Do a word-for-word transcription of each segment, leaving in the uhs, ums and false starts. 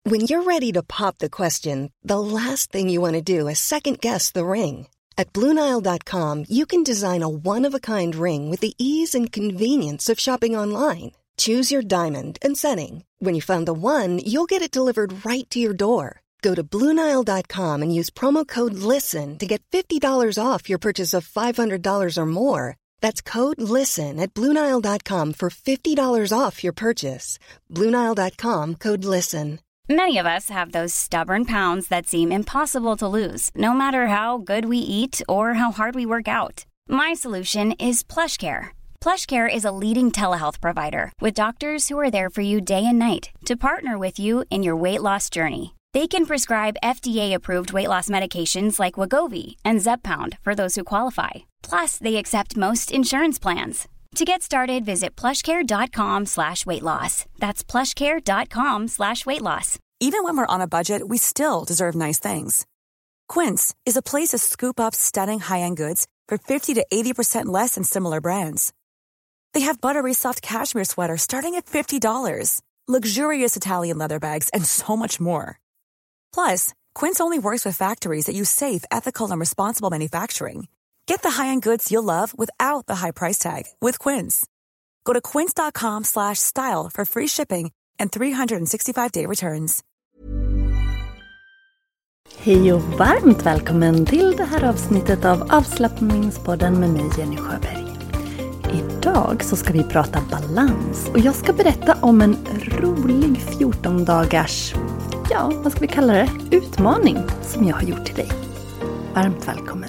When you're ready to pop the question, the last thing you want to do is second-guess the ring. At Blue Nile dot com, you can design a one-of-a-kind ring with the ease and convenience of shopping online. Choose your diamond and setting. When you find the one, you'll get it delivered right to your door. Go to Blue Nile dot com and use promo code LISTEN to get fifty dollars off your purchase of five hundred dollars or more. That's code LISTEN at Blue Nile dot com for fifty dollars off your purchase. Blue Nile dot com, code LISTEN. Many of us have those stubborn pounds that seem impossible to lose, no matter how good we eat or how hard we work out. My solution is PlushCare. PlushCare is a leading telehealth provider with doctors who are there for you day and night to partner with you in your weight loss journey. They can prescribe F D A-approved weight loss medications like Wegovy and Zepbound for those who qualify. Plus, they accept most insurance plans. To get started, visit plushcare.com slash weight loss. That's plushcare.com slash weight loss. Even when we're on a budget, we still deserve nice things. Quince is a place to scoop up stunning high-end goods for fifty to eighty percent less than similar brands. They have buttery soft cashmere sweaters starting at fifty dollars, luxurious Italian leather bags, and so much more. Plus, Quince only works with factories that use safe, ethical, and responsible manufacturing. Get the high-end goods you'll love without the high price tag with Quince. Go to quince.com slash style for free shipping and three sixty-five day returns. Hej och varmt välkommen till det här avsnittet av Avslappningspodden med mig, Jenny Sjöberg. Idag så ska vi prata balans och jag ska berätta om en rolig fjorton dagars, ja vad ska vi kalla det, utmaning som jag har gjort till dig. Varmt välkommen.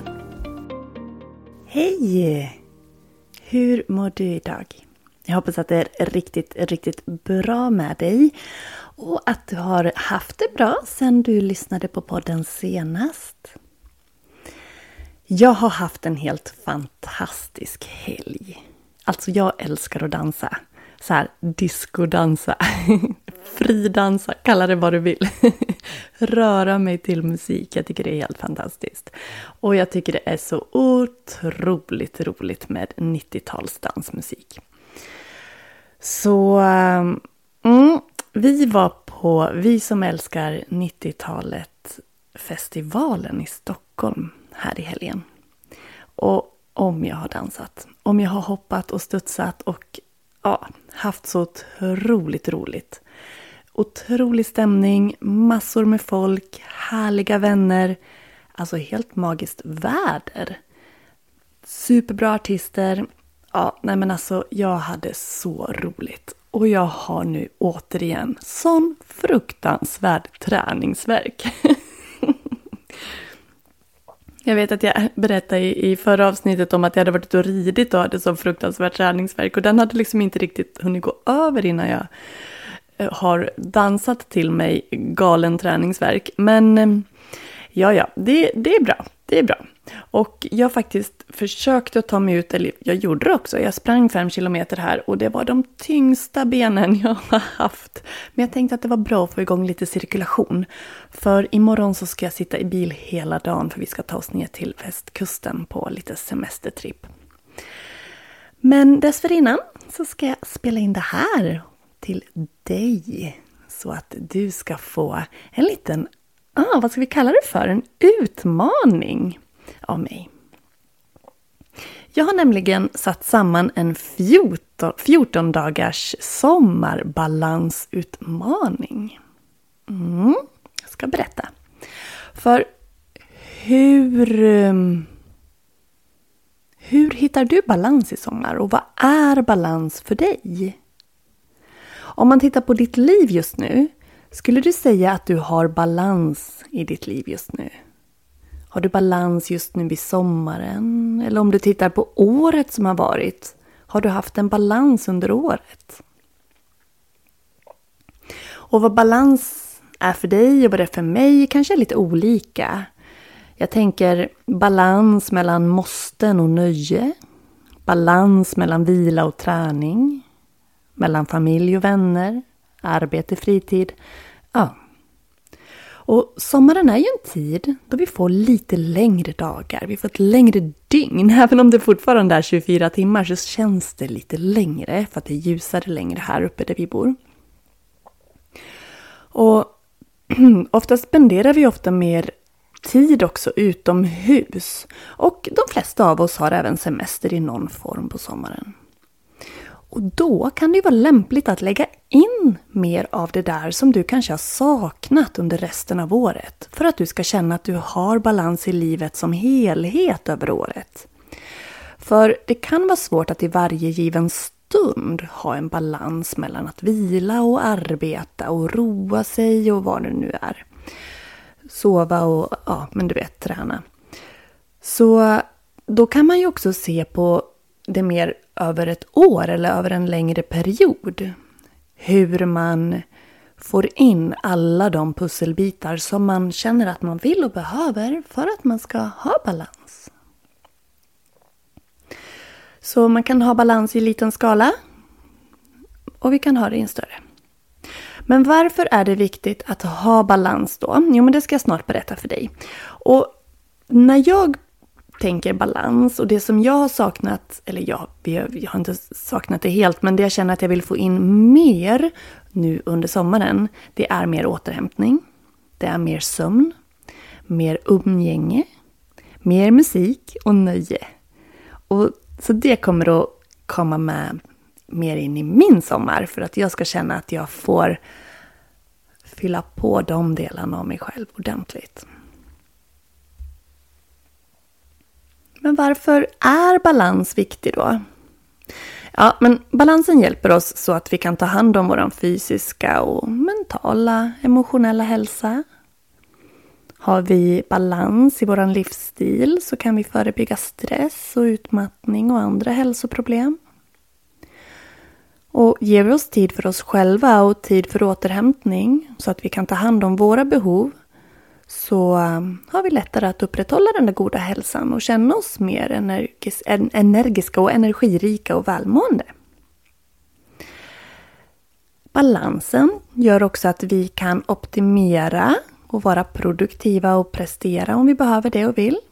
Hej! Hur mår du idag? Jag hoppas att det är riktigt, riktigt bra med dig. Och att du har haft det bra sedan du lyssnade på podden senast. Jag har haft en helt fantastisk helg. Alltså jag älskar att dansa. Så här, discodansa. Fridansa, kalla det vad du vill. Röra mig till musik, jag tycker det är helt fantastiskt. Och jag tycker det är så otroligt roligt med nittio-tals dansmusik. Så mm, vi var på Vi som älskar nittio-talet festivalen i Stockholm här i helgen. Och om jag har dansat, om jag har hoppat och studsat och ja, haft så otroligt roligt. Otrolig stämning, massor med folk, härliga vänner. Alltså helt magiskt väder. Superbra artister. Ja, nej men alltså jag hade så roligt. Och jag har nu återigen sån fruktansvärd träningsvärk. Jag vet att jag berättade i, i förra avsnittet om att jag hade varit och ridit och hade så fruktansvärd träningsvärk. Och den hade liksom inte riktigt hunnit gå över innan jag har dansat till mig galen träningsvärk. Men ja, ja, det, det är bra. Det är bra. Och jag faktiskt försökte att ta mig ut, eller jag gjorde det också. Jag sprang fem kilometer här och det var de tyngsta benen jag har haft. Men jag tänkte att det var bra att få igång lite cirkulation. För imorgon så ska jag sitta i bil hela dagen för vi ska ta oss ner till västkusten på lite semestertripp. Men dessförinnan så ska jag spela in det här till dig. Så att du ska få en liten, ah, vad ska vi kalla det för? En utmaning av mig. Jag har nämligen satt samman en fjorton dagars sommarbalansutmaning. Mm, jag ska berätta. För hur, hur hittar du balans i sommar och vad är balans för dig? Om man tittar på ditt liv just nu, skulle du säga att du har balans i ditt liv just nu? Har du balans just nu i sommaren? Eller om du tittar på året som har varit, har du haft en balans under året? Och vad balans är för dig och vad det är för mig kanske är lite olika. Jag tänker balans mellan måsten och nöje. Balans mellan vila och träning. Mellan familj och vänner. Arbete, fritid. Ja. Och sommaren är ju en tid då vi får lite längre dagar. Vi får ett längre dygn. Även om det fortfarande är tjugofyra timmar så känns det lite längre. För att det är ljusare längre här uppe där vi bor. Och ofta spenderar vi ofta mer tid också utomhus. Och de flesta av oss har även semester i någon form på sommaren. Och då kan det ju vara lämpligt att lägga in mer av det där som du kanske har saknat under resten av året. För att du ska känna att du har balans i livet som helhet över året. För det kan vara svårt att i varje given stund ha en balans mellan att vila och arbeta och roa sig och vad det nu är. Sova och, ja, men du vet, träna. Så då kan man ju också se på det mer över ett år eller över en längre period. Hur man får in alla de pusselbitar som man känner att man vill och behöver för att man ska ha balans. Så man kan ha balans i liten skala och vi kan ha det i en större. Men varför är det viktigt att ha balans då? Jo, men det ska jag snart berätta för dig. Och när jag tänker balans och det som jag har saknat, eller jag, jag har inte saknat det helt, men det jag känner att jag vill få in mer nu under sommaren, det är mer återhämtning, det är mer sömn, mer umgänge, mer musik och nöje. Och så det kommer att komma med mer in i min sommar för att jag ska känna att jag får fylla på de delarna av mig själv ordentligt. Men varför är balans viktig då? Ja, men balansen hjälper oss så att vi kan ta hand om vår fysiska och mentala, emotionella hälsa. Har vi balans i vår livsstil så kan vi förebygga stress och utmattning och andra hälsoproblem. Och ger vi oss tid för oss själva och tid för återhämtning så att vi kan ta hand om våra behov, så har vi lättare att upprätthålla den där goda hälsan och känna oss mer energis- energiska och energirika och välmående. Balansen gör också att vi kan optimera och vara produktiva och prestera om vi behöver det och vill.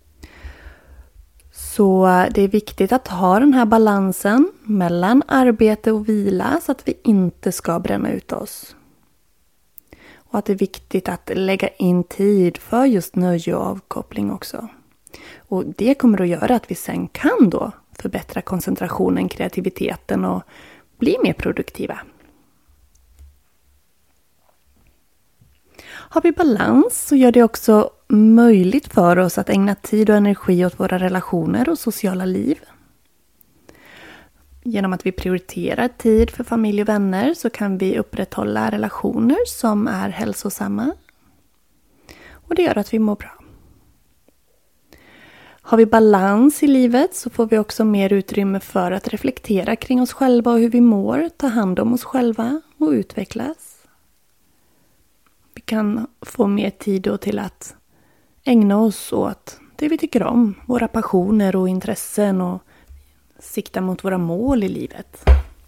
Så det är viktigt att ha den här balansen mellan arbete och vila så att vi inte ska bränna ut oss. Och att det är viktigt att lägga in tid för just nöje och avkoppling också. Och det kommer att göra att vi sen kan då förbättra koncentrationen, kreativiteten och bli mer produktiva. Har vi balans så gör det också möjligt för oss att ägna tid och energi åt våra relationer och sociala liv. Genom att vi prioriterar tid för familj och vänner så kan vi upprätthålla relationer som är hälsosamma. Och det gör att vi mår bra. Har vi balans i livet så får vi också mer utrymme för att reflektera kring oss själva och hur vi mår, ta hand om oss själva och utvecklas. Vi kan få mer tid då till att ägna oss åt det vi tycker om, våra passioner och intressen och sikta mot våra mål i livet.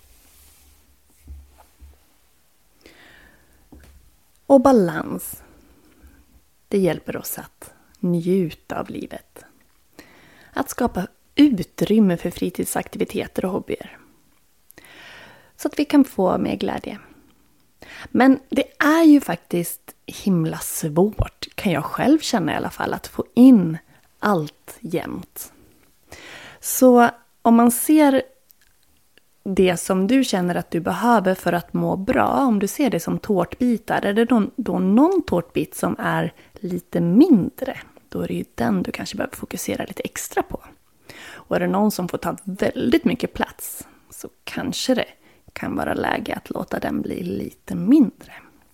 Och balans, det hjälper oss att njuta av livet. Att skapa utrymme för fritidsaktiviteter och hobbyer. Så att vi kan få mer glädje. Men det är ju faktiskt himla svårt, kan jag själv känna i alla fall, att få in allt jämt. Så om man ser det som du känner att du behöver för att må bra, om du ser det som tårtbitar, är det då, då någon tårtbit som är lite mindre, då är det ju den du kanske behöver fokusera lite extra på. Och är det någon som får ta väldigt mycket plats, så kanske det kan vara läge att låta den bli lite mindre.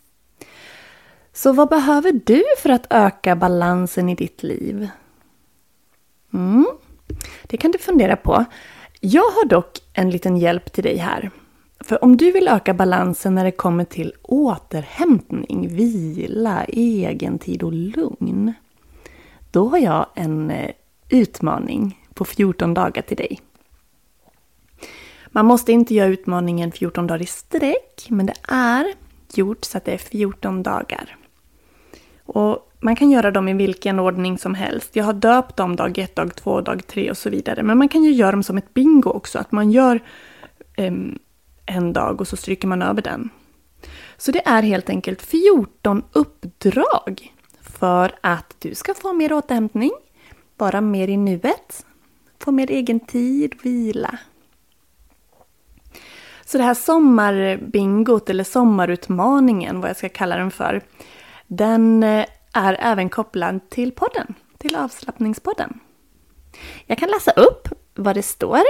Så vad behöver du för att öka balansen i ditt liv? Mm, det kan du fundera på. Jag har dock en liten hjälp till dig här. För om du vill öka balansen när det kommer till återhämtning, vila, egentid och lugn, då har jag en utmaning på fjorton dagar till dig. Man måste inte göra utmaningen fjorton dagar i sträck, men det är gjort så att det är fjorton dagar. Och man kan göra dem i vilken ordning som helst. Jag har döpt dem dag ett, dag två, dag tre och så vidare. Men man kan ju göra dem som ett bingo också. Att man gör um, en dag och så stryker man över den. Så det är helt enkelt fjorton uppdrag för att du ska få mer återhämtning, vara mer i nuet, få mer egen tid, vila. Så det här sommarbingot eller sommarutmaningen, vad jag ska kalla den för, den är även kopplad till podden, till avslappningspodden. Jag kan läsa upp vad det står.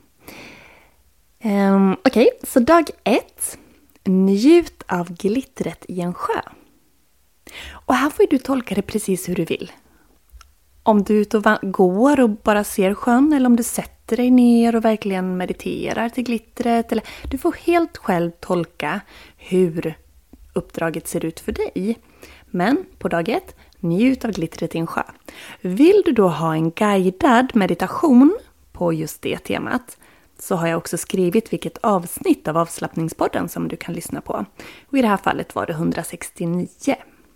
Um, Okej, okay, så dag ett. Njut av glittret i en sjö. Och här får du tolka det precis hur du vill. Om du är ute och går och bara ser sjön, eller om du sätter dig ner och verkligen mediterar till glittret. Eller, du får helt själv tolka hur uppdraget ser ut för dig. Men på dag ett, njut av glittret i en sjö. Vill du då ha en guidad meditation på just det temat, så har jag också skrivit vilket avsnitt av avslappningspodden som du kan lyssna på. Och i det här fallet var det hundrasextionio.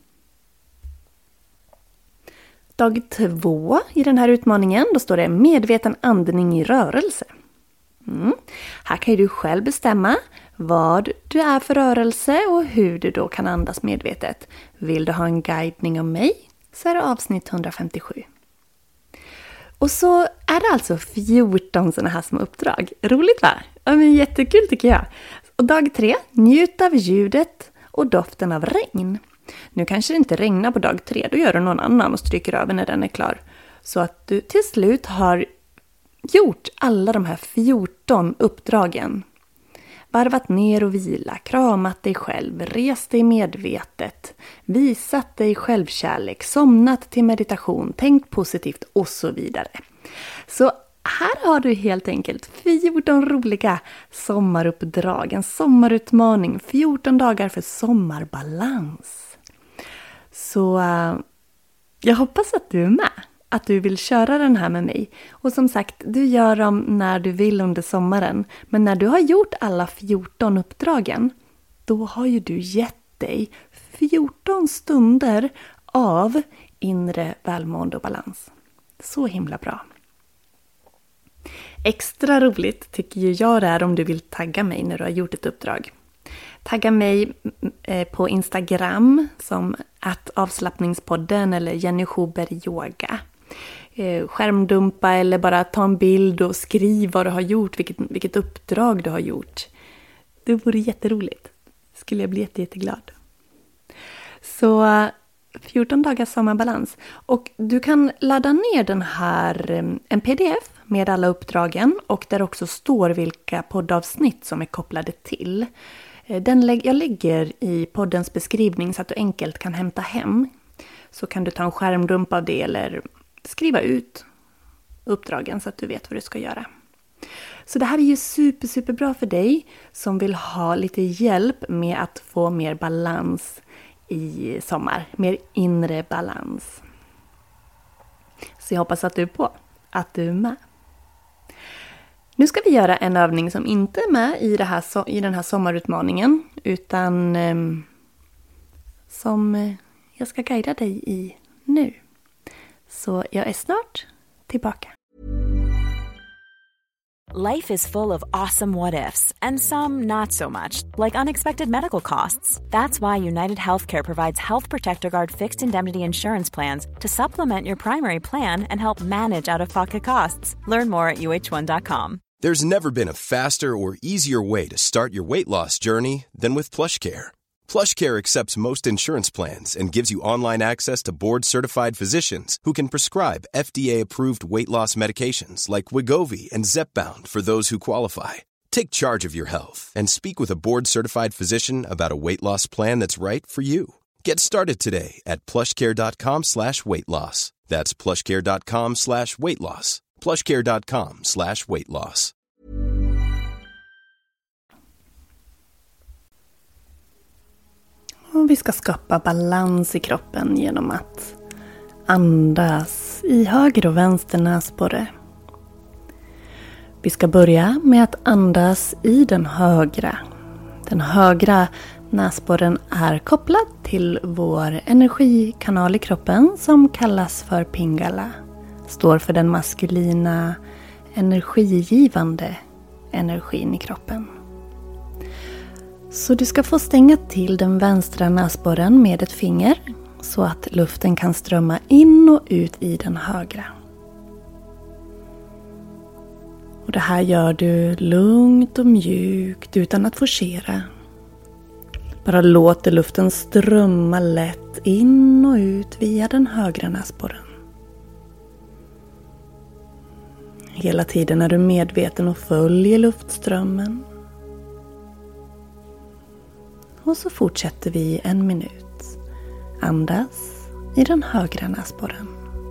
Dag två i den här utmaningen, då står det medveten andning i rörelse. Mm. Här kan du själv bestämma vad du är för rörelse och hur du då kan andas medvetet. Vill du ha en guidning av mig så är det avsnitt hundrafemtiosju. Och så är det alltså fjorton sådana här små uppdrag. Roligt va? Ja, men jättekul tycker jag. Och dag tre, njut av ljudet och doften av regn. Nu kanske det inte regnar på dag tre, då gör du någon annan och stryker över när den är klar. Så att du till slut har gjort alla de här fjorton uppdragen. Varvat ner och vila, kramat dig själv, rest dig medvetet, visat dig självkärlek, somnat till meditation, tänkt positivt och så vidare. Så här har du helt enkelt fjorton roliga sommaruppdrag, en sommarutmaning, fjorton dagar för sommarbalans. Så uh, jag hoppas att du är med. Att du vill köra den här med mig. Och som sagt, du gör dem när du vill under sommaren. Men när du har gjort alla fjorton uppdragen, då har ju du gett dig fjorton stunder av inre välmående och balans. Så himla bra. Extra roligt tycker ju jag det är om du vill tagga mig när du har gjort ett uppdrag. Tagga mig på Instagram som att avslappningspodden eller Jenny Schuberg yoga. Skärmdumpa eller bara ta en bild och skriv vad du har gjort, vilket, vilket uppdrag du har gjort. Det vore jätteroligt. Skulle jag bli jätte, jätteglad. Så fjorton dagars sommarbalans. Och du kan ladda ner den här, en pdf med alla uppdragen och där också står vilka poddavsnitt som är kopplade till. Den lä- jag lägger i poddens beskrivning så att du enkelt kan hämta hem. Så kan du ta en skärmdump av det eller skriva ut uppdragen så att du vet vad du ska göra. Så det här är ju super, super bra för dig som vill ha lite hjälp med att få mer balans i sommar. Mer inre balans. Så jag hoppas att du är på, att du är med. Nu ska vi göra en övning som inte är med i, det här, i den här sommarutmaningen. Utan eh, som jag ska guida dig i nu. Så jag är snart tillbaka. Life is full of awesome what ifs and some not so much, like unexpected medical costs. That's why United Healthcare provides Health Protector Guard fixed indemnity insurance plans to supplement your primary plan and help manage out-of-pocket costs. Learn more at U H one dot com. There's never been a faster or easier way to start your weight loss journey than with PlushCare. PlushCare accepts most insurance plans and gives you online access to board-certified physicians who can prescribe F D A-approved weight loss medications like Wegovy and Zepbound for those who qualify. Take charge of your health and speak with a board-certified physician about a weight loss plan that's right for you. Get started today at plushcare.com slash weight loss. That's plushcare.com slash weight loss. plushcare.com slash weight loss. Och vi ska skapa balans i kroppen genom att andas i höger och vänster näsborre. Vi ska börja med att andas i den högra. Den högra näsborren är kopplad till vår energikanal i kroppen som kallas för Pingala. Står för den maskulina energigivande energin i kroppen. Så du ska få stänga till den vänstra näsborren med ett finger så att luften kan strömma in och ut i den högra. Och det här gör du lugnt och mjukt utan att forcera. Bara låter luften strömma lätt in och ut via den högra näsborren. Hela tiden är du medveten och följer luftströmmen. Och så fortsätter vi en minut. Andas i den högra näsborren.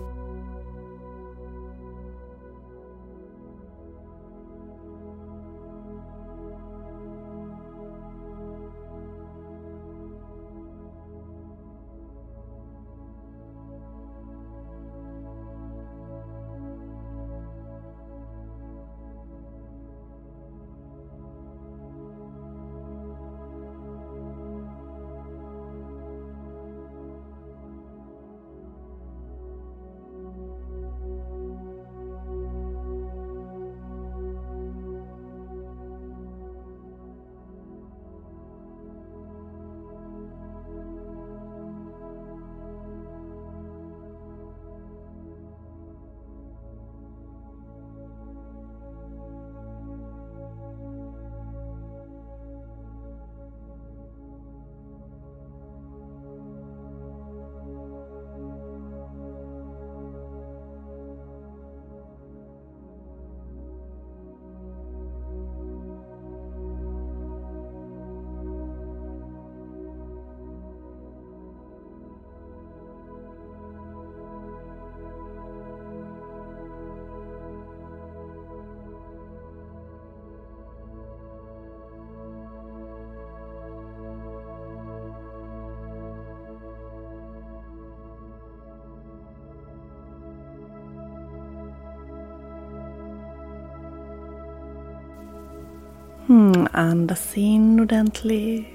Mm, andas in ordentligt.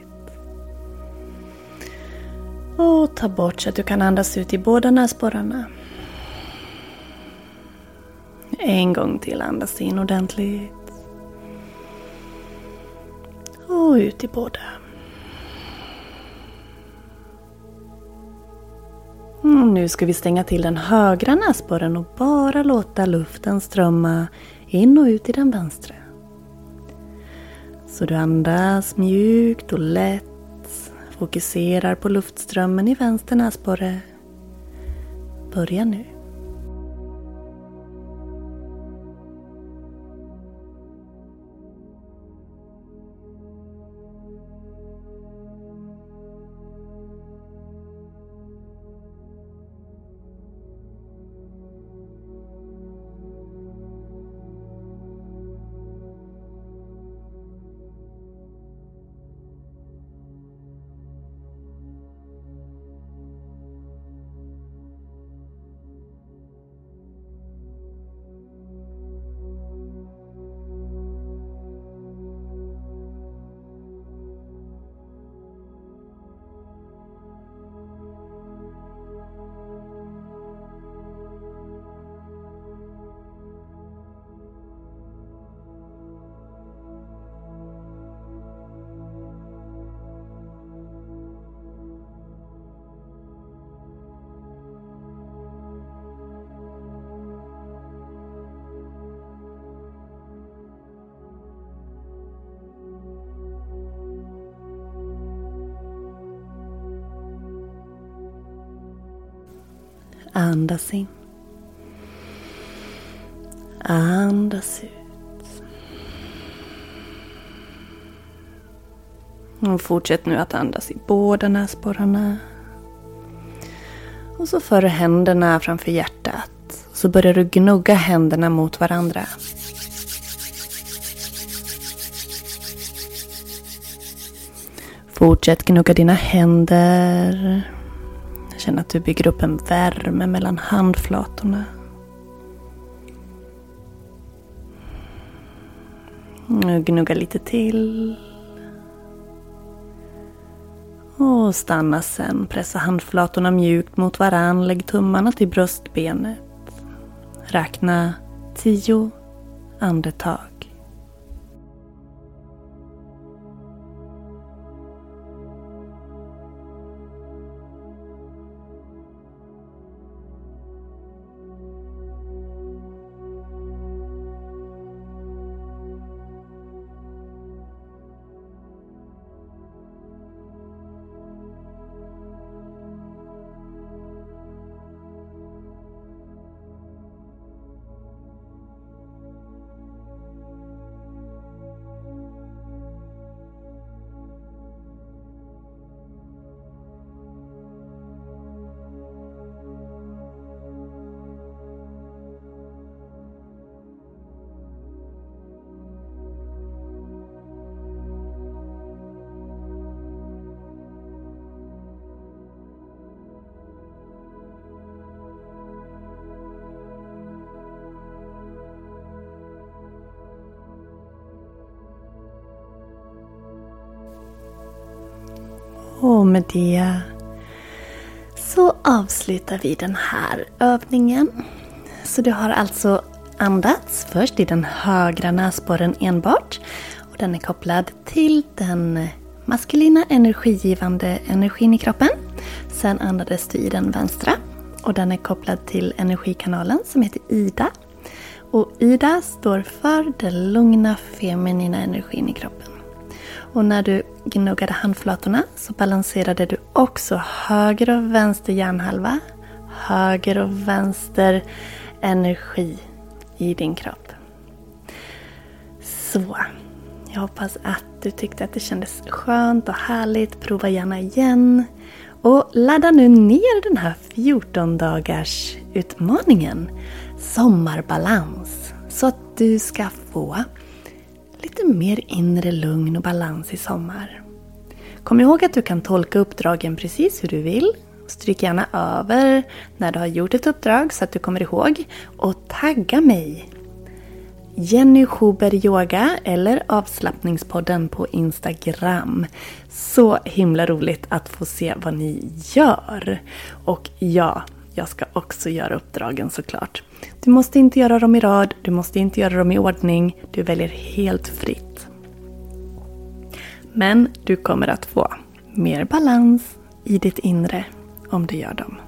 Och ta bort så att du kan andas ut i båda näsborrarna. En gång till, andas in ordentligt. Och ut i båda. Mm, nu ska vi stänga till den högra näsborren och bara låta luften strömma in och ut i den vänstra. Så du andas mjukt och lätt, fokuserar på luftströmmen i vänster näsborre. Börja nu. Andas in. Andas ut. Och fortsätt nu att andas i båda näsborrarna. Och så för händerna framför hjärtat. Så börjar du gnugga händerna mot varandra. Fortsätt gnugga dina händer. Känn att du bygger upp en värme mellan handflatorna. Gnugga lite till. Och stanna sen. Pressa handflatorna mjukt mot varann. Lägg tummarna till bröstbenet. Räkna tio andetag. Och med det så avslutar vi den här övningen. Så du har alltså andats först i den högra näsborren enbart. Och den är kopplad till den maskulina energigivande energin i kroppen. Sen andades du i den vänstra. Och den är kopplad till energikanalen som heter Ida. Och Ida står för den lugna feminina energin i kroppen. Och när du gnuggade handflatorna så balanserade du också höger och vänster hjärnhalva, höger och vänster energi i din kropp. Så, jag hoppas att du tyckte att det kändes skönt och härligt. Prova gärna igen. Och ladda nu ner den här fjorton dagars utmaningen. Sommarbalans. Så att du ska få lite mer inre lugn och balans i sommar. Kom ihåg att du kan tolka uppdragen precis hur du vill. Stryk gärna över när du har gjort ett uppdrag så att du kommer ihåg. Och tagga mig. Jenny Schuber Yoga eller avslappningspodden på Instagram. Så himla roligt att få se vad ni gör. Och ja, jag ska också göra uppdragen såklart. Du måste inte göra dem i rad, du måste inte göra dem i ordning. Du väljer helt fritt. Men du kommer att få mer balans i ditt inre om du gör dem.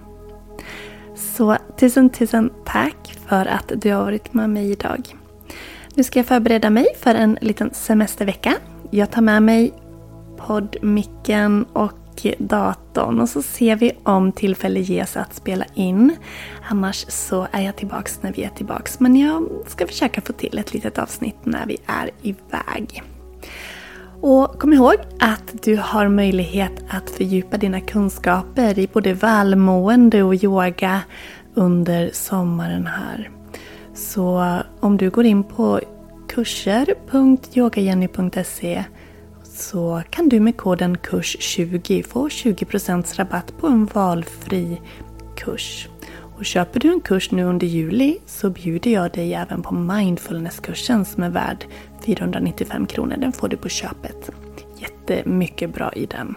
Så tusen tusen tack för att du har varit med mig idag. Nu ska jag förbereda mig för en liten semestervecka. Jag tar med mig poddmicken och datorn och så ser vi om tillfälle ges att spela in. Annars så är jag tillbaks när vi är tillbaks. Men jag ska försöka få till ett litet avsnitt när vi är iväg. Och kom ihåg att du har möjlighet att fördjupa dina kunskaper i både välmående och yoga under sommaren här. Så om du går in på kurser punkt yogajenny punkt se så kan du med koden kurs tjugo få tjugo procent rabatt på en valfri kurs. Och köper du en kurs nu under juli så bjuder jag dig även på mindfulnesskursen som är värd fyrahundranittiofem kronor. Den får du på köpet. Jättemycket bra i den.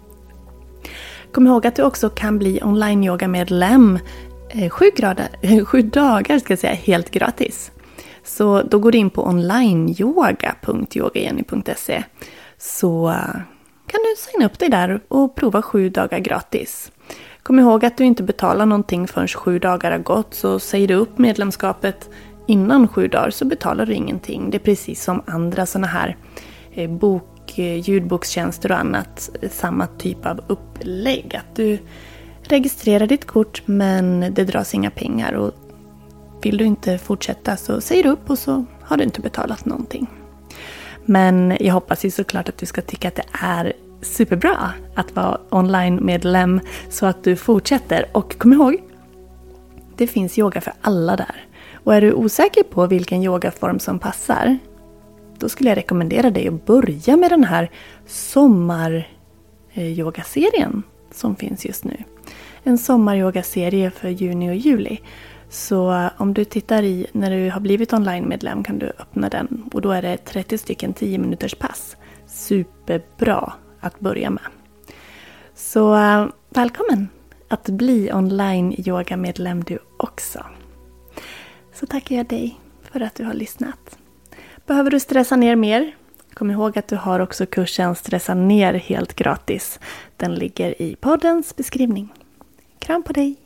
Kom ihåg att du också kan bli online-yoga-medlem Sju, grader, sju dagar ska jag säga, helt gratis. Så då går du in på onlineyoga punkt yogajenny punkt se så kan du signa upp dig där och prova sju dagar gratis. Kom ihåg att du inte betalar någonting förrän sju dagar har gått, så säger du upp medlemskapet innan sju dagar så betalar du ingenting. Det är precis som andra sådana här bok, ljudbokstjänster och annat, samma typ av upplägg. Att du registrerar ditt kort men det dras inga pengar, och vill du inte fortsätta så säger du upp och så har du inte betalat någonting. Men jag hoppas ju såklart att du ska tycka att det är superbra att vara online-medlem så att du fortsätter. Och kom ihåg, det finns yoga för alla där. Och är du osäker på vilken yogaform som passar, då skulle jag rekommendera dig att börja med den här sommar-yogaserien som finns just nu. En sommaryogaserie för juni och juli. Så om du tittar i, när du har blivit online-medlem kan du öppna den. Och då är det trettio stycken tio minuters pass. Superbra att börja med. Så uh, välkommen att bli online-yoga-medlem du också. Så tackar jag dig för att du har lyssnat. Behöver du stressa ner mer? Kom ihåg att du har också kursen Stressa ner helt gratis. Den ligger i poddens beskrivning. Kram på dig!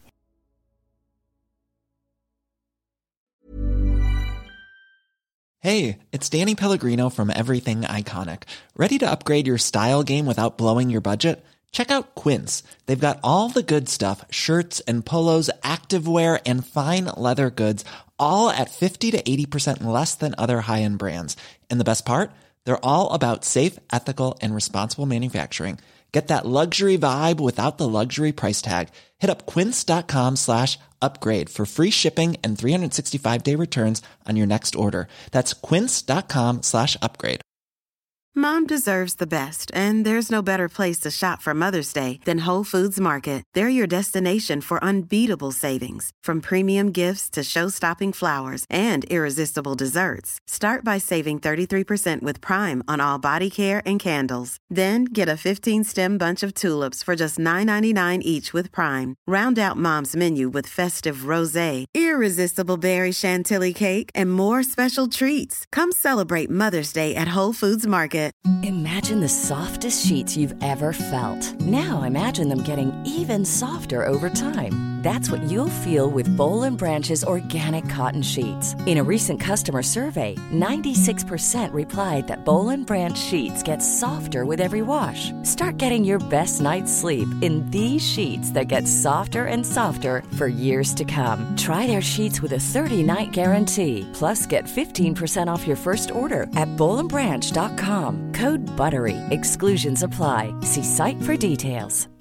Hey, it's Danny Pellegrino from Everything Iconic. Ready to upgrade your style game without blowing your budget? Check out Quince. They've got all the good stuff, shirts and polos, activewear and fine leather goods, all at fifty to eighty percent less than other high-end brands. And the best part? They're all about safe, ethical, and responsible manufacturing. Get that luxury vibe without the luxury price tag. Hit up quince.com slash upgrade for free shipping and three sixty-five day returns on your next order. That's quince.com slash upgrade. Mom deserves the best, and there's no better place to shop for Mother's Day than Whole Foods Market. They're your destination for unbeatable savings, from premium gifts to show-stopping flowers and irresistible desserts. Start by saving thirty-three percent with Prime on all body care and candles. Then get a fifteen-stem bunch of tulips for just nine ninety-nine each with Prime. Round out Mom's menu with festive rosé, irresistible berry chantilly cake, and more special treats. Come celebrate Mother's Day at Whole Foods Market. Imagine the softest sheets you've ever felt. Now imagine them getting even softer over time. That's what you'll feel with Boll and Branch's organic cotton sheets. In a recent customer survey, ninety-six percent replied that Boll and Branch sheets get softer with every wash. Start getting your best night's sleep in these sheets that get softer and softer for years to come. Try their sheets with a thirty-night guarantee. Plus, get fifteen percent off your first order at boll and branch dot com. Code BUTTERY. Exclusions apply. See site for details.